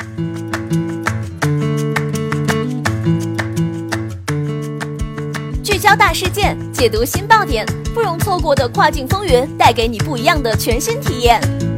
聚焦大事件，解读新爆点，不容错过的跨境风云，带给你不一样的全新体验。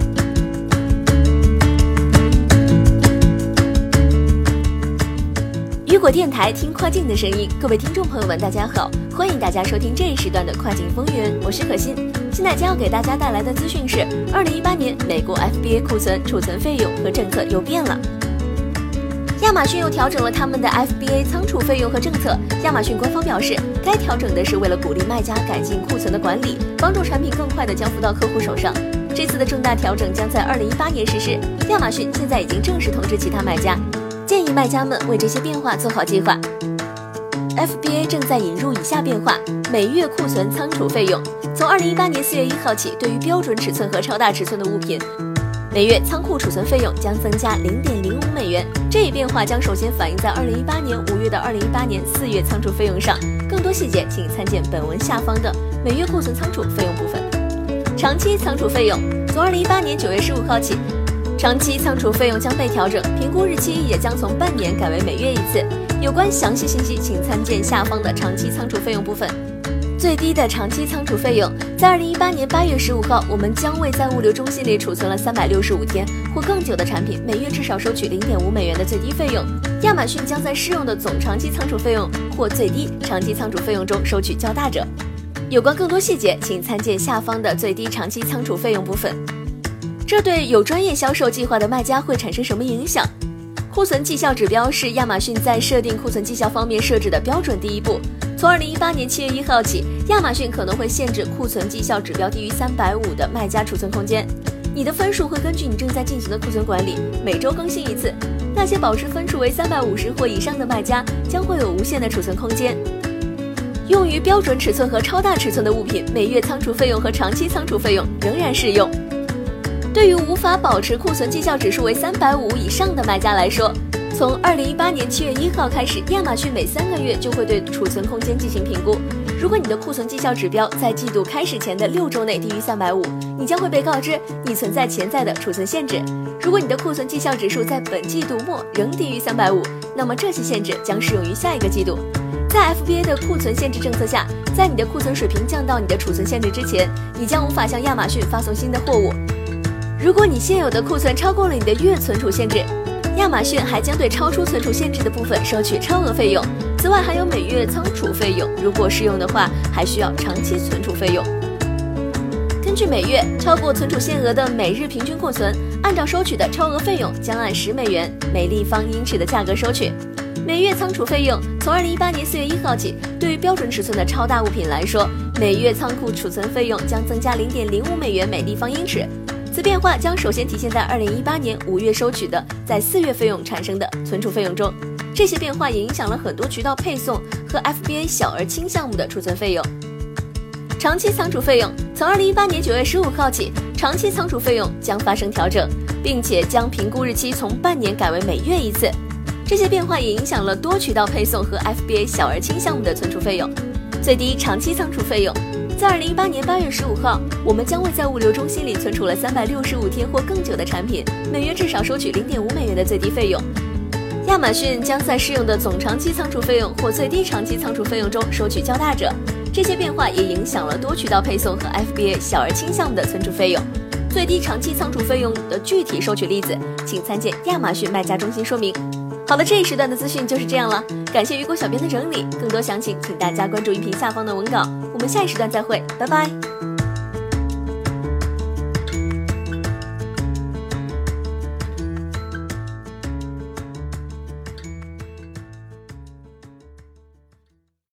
雨果电台，听跨境的声音。各位听众朋友们，大家好，欢迎大家收听这一时段的跨境风云，我是可心。现在将要给大家带来的资讯是，2018年美国 FBA 库存、储存费用和政策又变了。亚马逊又调整了他们的 FBA 仓储费用和政策。亚马逊官方表示，该调整的是为了鼓励卖家改进库存的管理，帮助产品更快地交付到客户手上。这次的重大调整将在2018年实施。亚马逊现在已经正式通知其他卖家，建议卖家们为这些变化做好计划。FBA 正在引入以下变化：每月库存仓储费用，从2018年4月1号起，对于标准尺寸和超大尺寸的物品，每月仓库储存费用将增加0.05美元。这一变化将首先反映在2018年5月到2018年4月仓储费用上。更多细节请参见本文下方的每月库存仓储费用部分。长期仓储费用，从2018年9月15号起，长期仓储费用将被调整，评估日期也将从半年改为每月一次。有关详细信息请参见下方的长期仓储费用部分。最低的长期仓储费用，在2018年8月15号，我们将为在物流中心里储存了365天或更久的产品，每月至少收取0.5美元的最低费用。亚马逊将在适用的总长期仓储费用或最低长期仓储费用中收取较大者。有关更多细节，请参见下方的最低长期仓储费用部分。这对有专业销售计划的卖家会产生什么影响？库存绩效指标是亚马逊在设定库存绩效方面设置的标准第一步。从2018年7月1号起，亚马逊可能会限制库存绩效指标低于350的卖家储存空间。你的分数会根据你正在进行的库存管理，每周更新一次。那些保持分数为350或以上的卖家将会有无限的储存空间。用于标准尺寸和超大尺寸的物品，每月仓储费用和长期仓储费用仍然适用。对于无法保持库存绩效指数为350以上的卖家来说，从2018年7月1号开始，亚马逊每3个月就会对储存空间进行评估。如果你的库存绩效指标在季度开始前的6周内低于350，你将会被告知你存在潜在的储存限制。如果你的库存绩效指数在本季度末仍低于350，那么这些限制将适用于下一个季度。在 FBA 的库存限制政策下，在你的库存水平降到你的储存限制之前，你将无法向亚马逊发送新的货物。如果你现有的库存超过了你的月存储限制，亚马逊还将对超出存储限制的部分收取超额费用。此外，还有每月仓储费用，如果适用的话，还需要长期存储费用。根据每月超过存储限额的每日平均库存，按照收取的超额费用将按10美元每立方英尺的价格收取。每月仓储费用，从2018年4月1号起，对于标准尺寸的超大物品来说，每月仓库储存费用将增加0.05美元每立方英尺。此变化将首先体现在2018年5月收取的在4月费用产生的存储费用中。这些变化也影响了很多渠道配送和 FBA 小而轻项目的储存费用。长期仓储费用，从2018年9月15号起，长期仓储费用将发生调整，并且将评估日期从半年改为每月一次。这些变化也影响了多渠道配送和 FBA 小而轻项目的存储费用。最低长期仓储费用，在2018年8月15号，我们将为在物流中心里存储了365天或更久的产品，每月至少收取0.5美元的最低费用。亚马逊将在适用的总长期仓储费用或最低长期仓储费用中收取较大者。这些变化也影响了多渠道配送和 FBA 小而轻项目的存储费用。最低长期仓储费用的具体收取例子，请参见亚马逊卖家中心说明。好的，这一时段的资讯就是这样了，感谢雨果小编的整理，更多详情请大家关注音频下方的文稿。我们下一时段再会，拜拜。